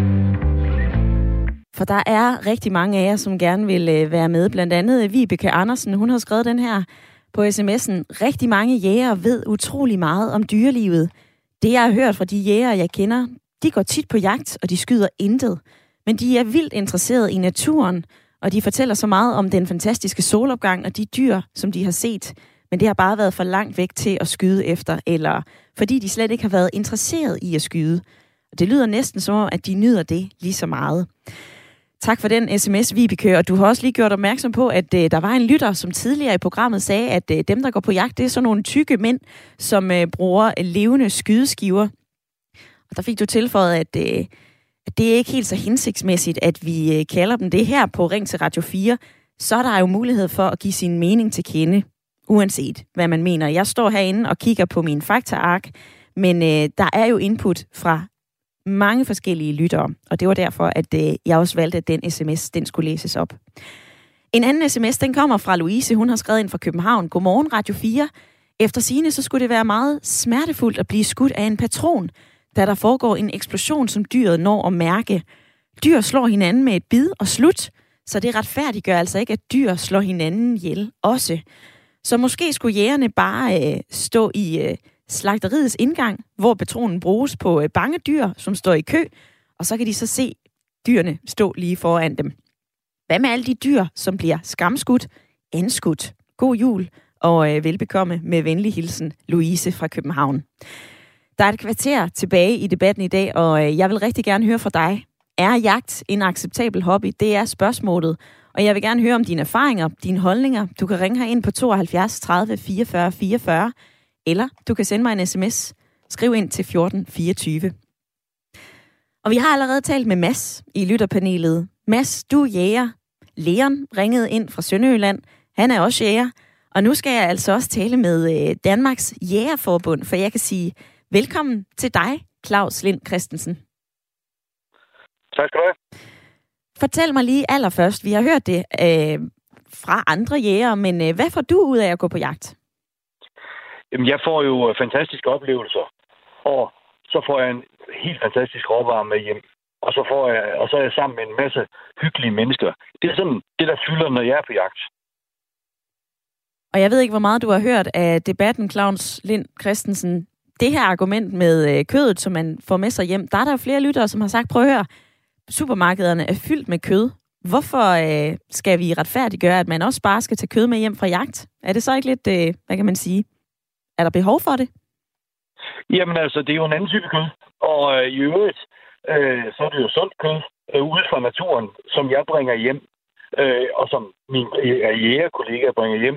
For der er rigtig mange af jer, som gerne vil være med. Blandt andet Vibeke Andersen, hun har skrevet den her på sms'en. Rigtig mange jægere ved utrolig meget om dyrelivet. Det jeg har hørt fra de jægere, jeg kender, de går tit på jagt, og de skyder intet. Men de er vildt interesserede i naturen, og de fortæller så meget om den fantastiske solopgang og de dyr, som de har set. Men det har bare været for langt væk til at skyde efter, eller fordi de slet ikke har været interesseret i at skyde. Og det lyder næsten som om, at de nyder det lige så meget. Tak for den sms, Vibeke, og du har også lige gjort opmærksom på, at der var en lytter, som tidligere i programmet sagde, at dem, der går på jagt, det er sådan nogle tykke mænd, som bruger levende skydeskiver. Og der fik du tilføjet, at det er ikke helt så hensigtsmæssigt, at vi kalder dem det her på Ring til Radio 4. Så er der jo mulighed for at give sin mening til kende, uanset hvad man mener. Jeg står herinde og kigger på min faktaark, men der er jo input fra mange forskellige lyttere, og det var derfor, at jeg også valgte, at den sms, den skulle læses op. En anden sms, den kommer fra Louise. Hun har skrevet ind fra København. Godmorgen, Radio 4. Efter sigende, så skulle det være meget smertefuldt at blive skudt af en patron, da der foregår en eksplosion, som dyret når at mærke. Dyr slår hinanden med et bid og slut, så det retfærdiggør altså ikke, at dyr slår hinanden ihjel også. Så måske skulle jægerne bare stå i slagteriets indgang, hvor patronen bruges på bange dyr, som står i kø, og så kan de så se dyrene stå lige foran dem. Hvad med alle de dyr, som bliver skamskudt, anskudt? God jul og velbekomme med venlig hilsen, Louise fra København. Der er et kvarter tilbage i debatten i dag, og jeg vil rigtig gerne høre fra dig. Er jagt en acceptabel hobby? Det er spørgsmålet. Og jeg vil gerne høre om dine erfaringer, dine holdninger. Du kan ringe herind på 72 30 44 44, eller du kan sende mig en sms. Skriv ind til 1424. Og vi har allerede talt med Mads i lytterpanelet. Mads, du er jæger. Leon ringede ind fra Sønderjylland. Han er også jæger. Og nu skal jeg altså også tale med Danmarks Jægerforbund, for jeg kan sige velkommen til dig, Claus Lind Christensen. Tak skal du have. Fortæl mig lige allerførst, vi har hørt det fra andre jægere, men hvad får du ud af at gå på jagt? Jamen, jeg får jo fantastiske oplevelser, og så får jeg en helt fantastisk råvare med hjem. Og så er jeg sammen med en masse hyggelige mennesker. Det er sådan det, der fylder, når jeg er på jagt. Og jeg ved ikke, hvor meget du har hørt af debatten, Claus Lind Christensen. Det her argument med kødet, som man får med sig hjem, der er der jo flere lyttere, som har sagt, prøv at høre, supermarkederne er fyldt med kød. Hvorfor skal vi retfærdiggøre, at man også bare skal tage kød med hjem fra jagt? Er det så ikke lidt, hvad kan man sige, er der behov for det? Jamen altså, det er jo en anden type kød. Og i øvrigt, så er det jo sundt kød ude fra naturen, som jeg bringer hjem, og som mine jægerkollegaer bringer hjem.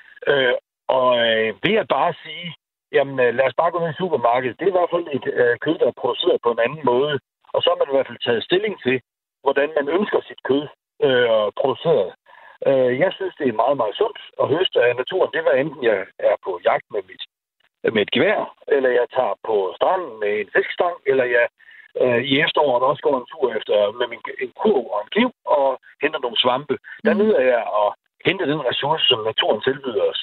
Ved at bare sige, jamen lad os bare gå ned i supermarkedet, det er i hvert fald et kød, der er produceret på en anden måde. Og så har man i hvert fald taget stilling til, hvordan man ønsker sit kød produceret. Jeg synes, det er meget, meget sundt at høste af naturen. Det var enten jeg er på jagt med et gevær, eller jeg tager på stranden med en fiskestang, eller jeg i efteråret også går en tur efter med en kurv og en kniv og henter nogle svampe. Der nyder jeg at hente den ressource, som naturen tilbyder os.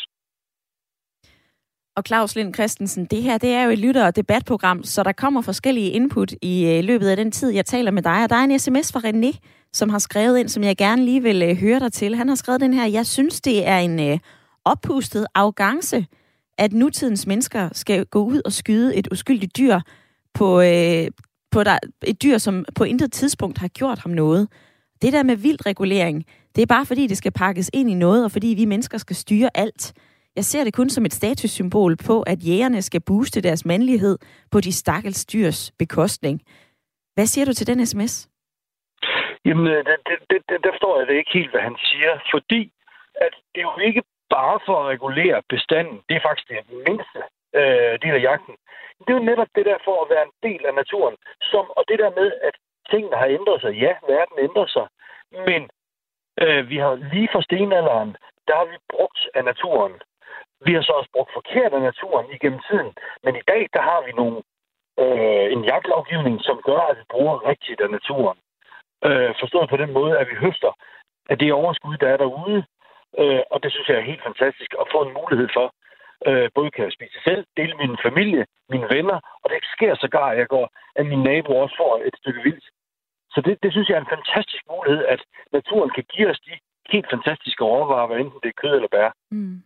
Og Claus Lind Christensen, det her det er jo et lytter- og debatprogram, så der kommer forskellige input i løbet af den tid, jeg taler med dig. Og der er en sms fra René, som har skrevet ind, som jeg gerne lige vil høre dig til. Han har skrevet den her: jeg synes, det er en oppustet arrogance, at nutidens mennesker skal gå ud og skyde et uskyldigt dyr på et dyr, som på intet tidspunkt har gjort ham noget. Det der med vild regulering, det er bare fordi, det skal pakkes ind i noget, og fordi vi mennesker skal styre alt. Jeg ser det kun som et statussymbol på, at jægerne skal booste deres mandlighed på de stakkels dyrs bekostning. Hvad siger du til den sms? Jamen, der forstår jeg det ikke helt, hvad han siger, fordi at det er jo ikke bare for at regulere bestanden. Det er faktisk det mindste del af jagten. Det er jo netop det der for at være en del af naturen. Og det der med, at tingene har ændret sig. Ja, verden ændrer sig. Men vi har lige fra stenalderen, der har vi brugt af naturen. Vi har så også brugt forkert af naturen igennem tiden. Men i dag, der har vi en jagtlovgivning, som gør, at vi bruger rigtigt af naturen. Forstået på den måde, at vi høster af det overskud, der er derude. Og det synes jeg er helt fantastisk at få en mulighed for. Både kan jeg spise selv, dele min familie, mine venner, og det sker sågar, at min nabo også får et stykke vildt. Så det synes jeg er en fantastisk mulighed, at naturen kan give os de helt fantastiske råvarer, hvad enten det er kød eller bær. Mm.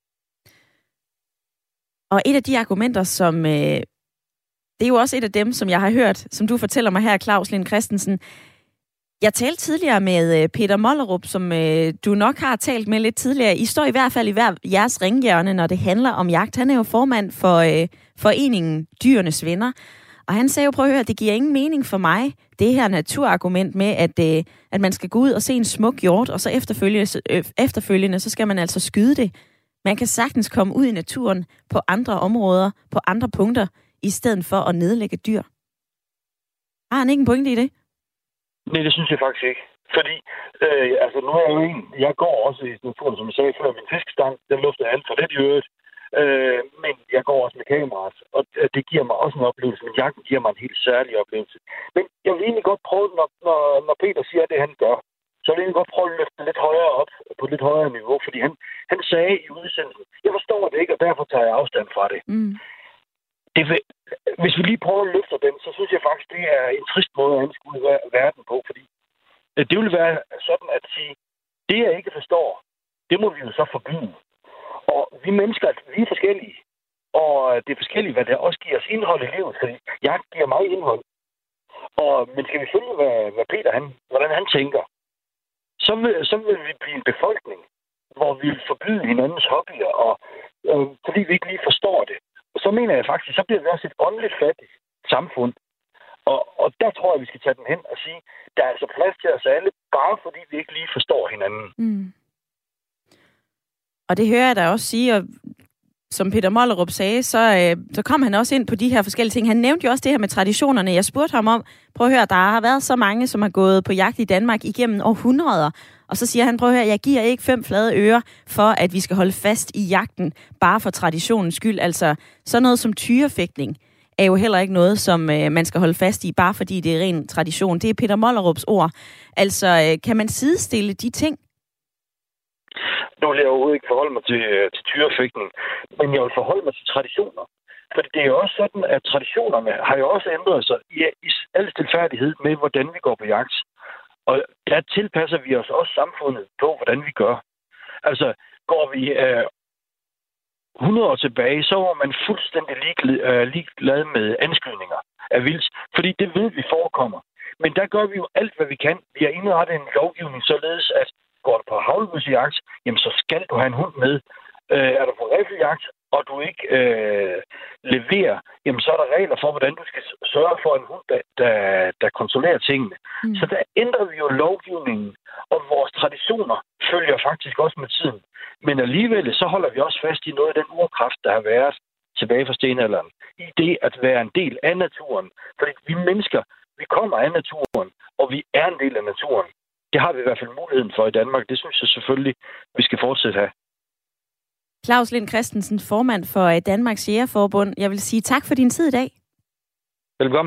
Og et af de argumenter, som det er jo også et af dem, som jeg har hørt, som du fortæller mig her, Claus Lind Christensen. Jeg talte tidligere med Peter Mollerup, som du nok har talt med lidt tidligere. I står i hvert fald i hver jeres ringhjørne, når det handler om jagt. Han er jo formand for foreningen Dyrenes Venner. Og han sagde jo, prøv at høre, det giver ingen mening for mig, det her naturargument med, at man skal gå ud og se en smuk hjort, og så efterfølgende, så skal man altså skyde det. Man kan sagtens komme ud i naturen på andre områder, på andre punkter, i stedet for at nedlægge dyr. Har han ikke en pointe i det? Nej, det synes jeg faktisk ikke. Fordi, nu er jeg jo jeg går også i naturen, som jeg sagde før, min fiskestang, den lufter alt for lidt i øvrigt. Men jeg går også med kameraet, og det giver mig også en oplevelse, men jagten giver mig en helt særlig oplevelse. Men jeg vil egentlig godt prøve, når Peter siger det, han gør, så vil jeg egentlig godt prøve at løfte lidt højere op, på et lidt højere niveau, fordi han sagde i udsendelsen, jeg forstår det ikke, og derfor tager jeg afstand fra det. Mm. Hvis vi lige prøver at løfte den, så synes jeg faktisk, det er en trist måde at anskue verden på, fordi det vil være sådan at sige, det jeg ikke forstår, det må vi jo så forbyde. Og vi mennesker, vi er forskellige. Og det er forskelligt, hvad det også giver os indhold i livet, fordi jagt giver mig indhold. Men skal vi følge, hvad Peter, hvordan han tænker, så vil vi blive en befolkning, hvor vi vil forbyde hinandens hobbyer, og fordi vi ikke lige forstår det. Og så mener jeg faktisk, så bliver det også et åndeligt fattigt samfund. Og der tror jeg, vi skal tage den hen og sige, der er altså plads til os alle, bare fordi vi ikke lige forstår hinanden. Mm. Og det hører jeg da også sige, og som Peter Mollerup sagde, så kom han også ind på de her forskellige ting. Han nævnte jo også det her med traditionerne. Jeg spurgte ham om, prøv at høre, der har været så mange, som har gået på jagt i Danmark igennem århundreder. Og så siger han, prøv at høre, jeg giver ikke 5 flade øre for, at vi skal holde fast i jagten, bare for traditionens skyld. Altså, sådan noget som tyrefægtning er jo heller ikke noget, som man skal holde fast i, bare fordi det er ren tradition. Det er Peter Mollerups ord. Altså, kan man sidestille de ting? Nu vil jeg overhovedet ikke forholde mig til tyrefægtning, men jeg vil forholde mig til traditioner. For det er jo også sådan, at traditionerne har jo også ændret sig i al stilfærdighed med, hvordan vi går på jagt. Og der tilpasser vi os også samfundet på, hvordan vi gør. Altså, går vi 100 år tilbage, så var man fuldstændig ligeglad med anskydninger af vildt, fordi det ved vi forekommer. Men der gør vi jo alt, hvad vi kan. Vi har indrettet en lovgivning således, at går du på haglebøssejagt, jamen så skal du have en hund med. Er du på riffeljagt, og du ikke leverer, jamen så er der regler for, hvordan du skal sørge for en hund, der kontrollerer tingene. Mm. Så der ændrer vi jo lovgivningen, og vores traditioner følger faktisk også med tiden. Men alligevel så holder vi også fast i noget af den urkraft, der har været tilbage fra stenalderen. I det at være en del af naturen. Fordi vi mennesker, vi kommer af naturen, og vi er en del af naturen. Det har vi i hvert fald muligheden for i Danmark. Det synes jeg selvfølgelig, vi skal fortsætte have. Claus Lind Christensen, formand for Danmarks Jægerforbund. Jeg vil sige tak for din tid i dag. Velkommen.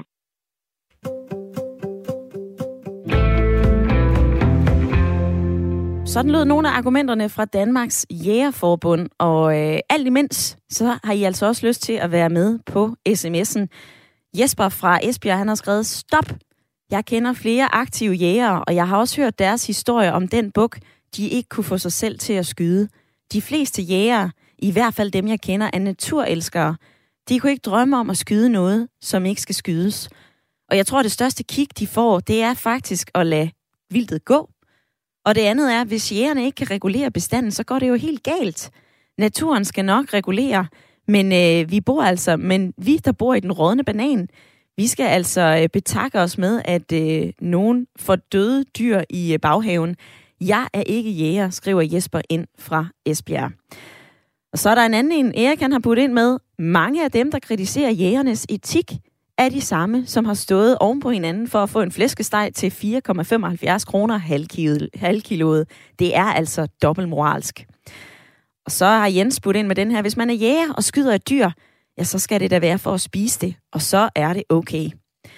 Sådan lød nogle af argumenterne fra Danmarks Jægerforbund, og alt imens, så har I altså også lyst til at være med på sms'en. Jesper fra Esbjerg, han har skrevet, stop! Jeg kender flere aktive jægere, og jeg har også hørt deres historie om den buk, de ikke kunne få sig selv til at skyde. De fleste jægere, i hvert fald dem jeg kender, er naturelskere. De kunne ikke drømme om at skyde noget, som ikke skal skydes. Og jeg tror, det største kick, de får, det er faktisk at lade vildtet gå. Og det andet er, hvis jægerne ikke kan regulere bestanden, så går det jo helt galt. Naturen skal nok regulere, men vi, der bor i den rådne banan, vi skal altså betakke os med, at nogen får døde dyr i baghaven. Jeg er ikke jæger, skriver Jesper ind fra Esbjerg. Og så er der en anden en, Erik han har puttet ind med. Mange af dem, der kritiserer jægernes etik, er de samme, som har stået oven på hinanden for at få en flæskesteg til 4,75 kroner halvkiloet. Det er altså dobbeltmoralsk. Og så har Jens puttet ind med den her. Hvis man er jæger og skyder et dyr, ja, så skal det da være for at spise det, og så er det okay.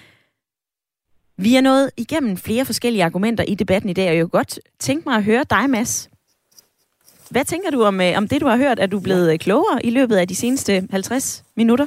Vi er nået igennem flere forskellige argumenter i debatten i dag, og jeg kunne godt tænke mig at høre dig, Mads. Hvad tænker du om det, du har hørt? Er du blevet klogere i løbet af de seneste 50 minutter?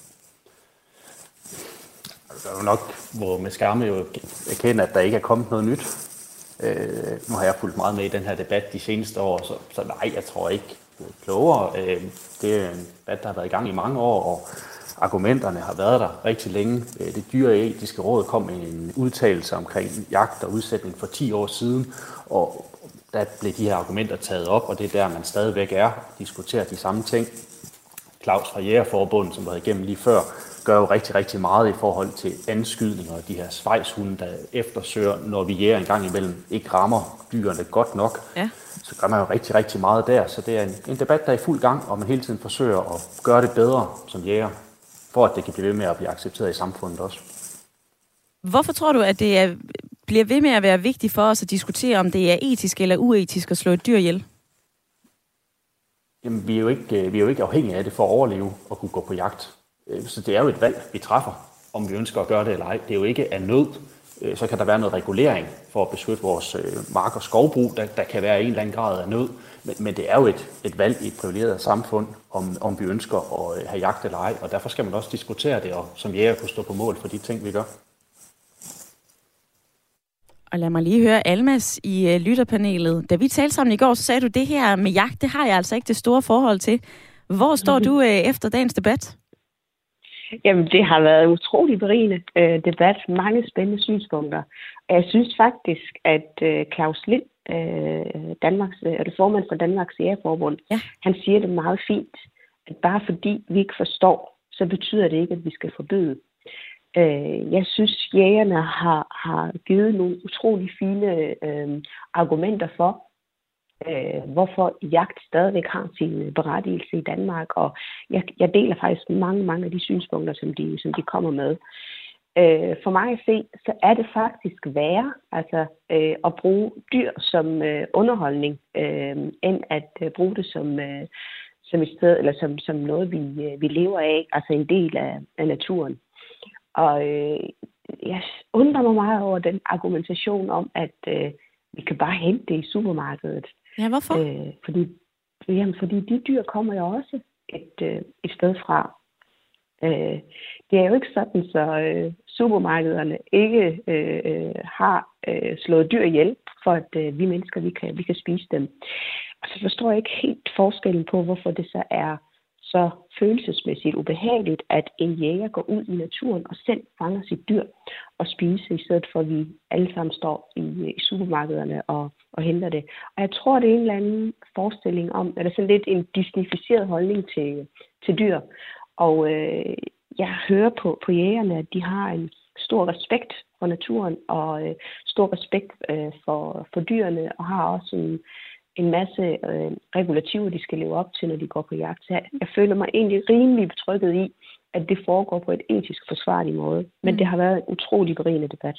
Der er jo nok, hvor med skærme jo erkende, at der ikke er kommet noget nyt. Nu har jeg fulgt meget med i den her debat de seneste år, så nej, jeg tror ikke, jeg er klogere. Det er en debat, der har været i gang i mange år, og argumenterne har været der rigtig længe. Det dyreetiske råd kom med en udtalelse omkring jagt og udsætning for 10 år siden, og der blev de her argumenter taget op, og det er der, man stadigvæk diskuterer de samme ting. Claus fra Jægerforbundet, som var igennem lige før, gør jo rigtig, rigtig meget i forhold til anskydning og de her svejshunde, der eftersøger, når vi jæger en gang imellem ikke rammer dyrene godt nok. Ja. Så gør man jo rigtig, rigtig meget der. Så det er en debat, der er i fuld gang, og man hele tiden forsøger at gøre det bedre som jæger, for at det kan blive ved med at blive accepteret i samfundet også. Hvorfor tror du, at det bliver ved med at være vigtigt for os at diskutere, om det er etisk eller uetisk at slå et dyr ihjel? Jamen, vi er jo ikke afhængige af det for at overleve og kunne gå på jagt. Så det er jo et valg, vi træffer, om vi ønsker at gøre det eller ej. Det er jo ikke af nød. Så kan der være noget regulering for at beskytte vores mark- og skovbrug. Der kan være en eller anden grad af nød. Men det er jo et valg i et privilegeret samfund, om vi ønsker at have jagt eller ej. Og derfor skal man også diskutere det, og som jæger kunne stå på mål for de ting, vi gør. Og lad mig lige høre Almas i lytterpanelet. Da vi talte sammen i går, så sagde du, det her med jagt, det har jeg altså ikke det store forhold til. Hvor står du efter dagens debat? Jamen, det har været en utrolig berigende debat. Mange spændende synspunkter. Og jeg synes faktisk, at Claus Lind, formand for Danmarks Jægerforbund, han siger det meget fint, at bare fordi vi ikke forstår, så betyder det ikke, at vi skal forbyde. Jeg synes, jægerne har givet nogle utrolig fine argumenter for, hvorfor jagt stadigvæk har sin berettigelse i Danmark, og jeg deler faktisk mange af de synspunkter, som de kommer med. For mig at se, så er det faktisk værre at bruge dyr som underholdning, end at bruge det som et sted, eller som noget, vi lever af, altså en del af naturen. Og jeg undrer mig meget over den argumentation om, at vi kan bare hente det i supermarkedet. Ja, hvorfor? Fordi de dyr kommer jo også et sted fra. Det er jo ikke sådan, så supermarkederne ikke har slået dyr ihjel, for at vi mennesker vi kan spise dem. Og så forstår jeg ikke helt forskellen på, hvorfor det så er så følelsesmæssigt ubehageligt, at en jæger går ud i naturen og selv fanger sit dyr og spiser, i stedet for at vi alle sammen står i supermarkederne og henter det. Og jeg tror, det er en eller anden forestilling om, at der er sådan lidt en disneyficeret holdning til dyr. Og jeg hører på jægerne, at de har en stor respekt for naturen og stor respekt for dyrene, og har også en masse regulativer, de skal leve op til, når de går på jagt. Så jeg føler mig egentlig rimelig betrygget i, at det foregår på et etisk forsvarlig måde. Men det har været en utrolig berigende debat.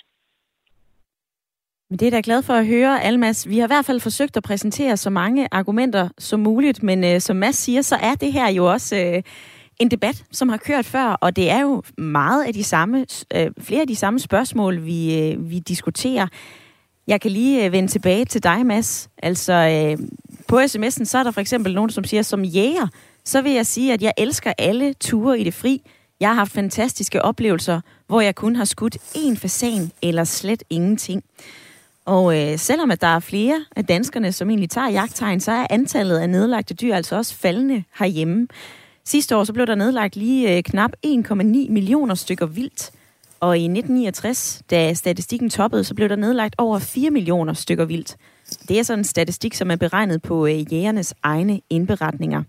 Men det er da glad for at høre, Almas. Vi har i hvert fald forsøgt at præsentere så mange argumenter som muligt, men som Mads siger, så er det her jo også en debat, som har kørt før, og det er jo meget af flere af de samme spørgsmål, vi diskuterer. Jeg kan lige vende tilbage til dig, Mads. Altså, på sms'en, så er der for eksempel nogen, som siger, som jæger, så vil jeg sige, at jeg elsker alle ture i det fri. Jeg har haft fantastiske oplevelser, hvor jeg kun har skudt én fasan eller slet ingenting. Og selvom at der er flere af danskerne, som egentlig tager jagttegn, så er antallet af nedlagte dyr altså også faldende herhjemme. Sidste år så blev der nedlagt lige knap 1,9 millioner stykker vildt. Og i 1969, da statistikken toppede, så blev der nedlagt over 4 millioner stykker vildt. Det er sådan en statistik, som er beregnet på jægernes egne indberetninger.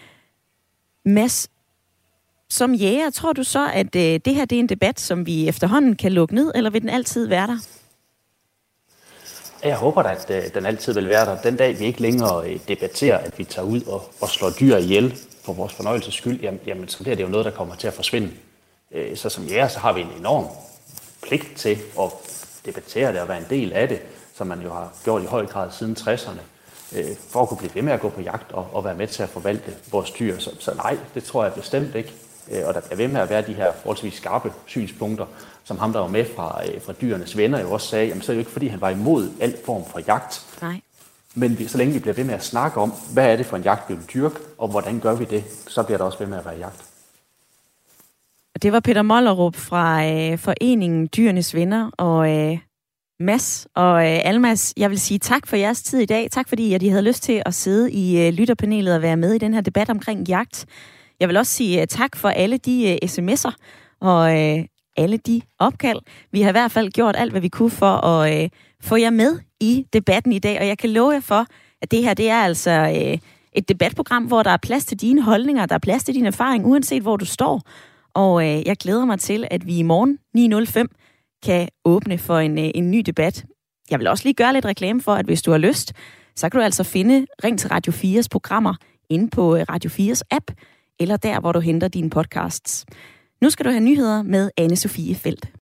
Mads, som jæger, tror du så, at det her det er en debat, som vi efterhånden kan lukke ned, eller vil den altid være der? Jeg håber da, at den altid vil være der. Den dag, vi ikke længere debatterer, at vi tager ud og slår dyr ihjel for vores fornøjelses skyld, jamen så bliver det jo noget, der kommer til at forsvinde. Så som jæger, så har vi en enorm pligt til at debattere det og være en del af det, som man jo har gjort i høj grad siden 60'erne, for at kunne blive ved med at gå på jagt og være med til at forvalte vores dyr. Så nej, det tror jeg bestemt ikke. Og der bliver ved med at være de her forholdsvis skarpe synspunkter, som ham, der var med fra Dyrenes Venner, jo også sagde, jamen så er det jo ikke, fordi han var imod al form for jagt. Nej. Men så længe vi bliver ved med at snakke om, hvad er det for en jagt, vi vil dyrke, og hvordan gør vi det, så bliver der også ved med at være jagt. Det var Peter Mollerup fra foreningen Dyrenes Venner, og Mads og Almas, jeg vil sige tak for jeres tid i dag. Tak fordi I havde lyst til at sidde i lytterpanelet og være med i den her debat omkring jagt. Jeg vil også sige tak for alle de sms'er og alle de opkald. Vi har i hvert fald gjort alt, hvad vi kunne for at få jer med i debatten i dag, og jeg kan love jer for, at det her, det er altså et debatprogram, hvor der er plads til dine holdninger, der er plads til din erfaring, uanset hvor du står. Og jeg glæder mig til, at vi i morgen 9.05 kan åbne for en ny debat. Jeg vil også lige gøre lidt reklame for, at hvis du har lyst, så kan du altså finde Ring til Radio 4's programmer inde på Radio 4's app, eller der, hvor du henter dine podcasts. Nu skal du have nyheder med Anne-Sophie Feldt.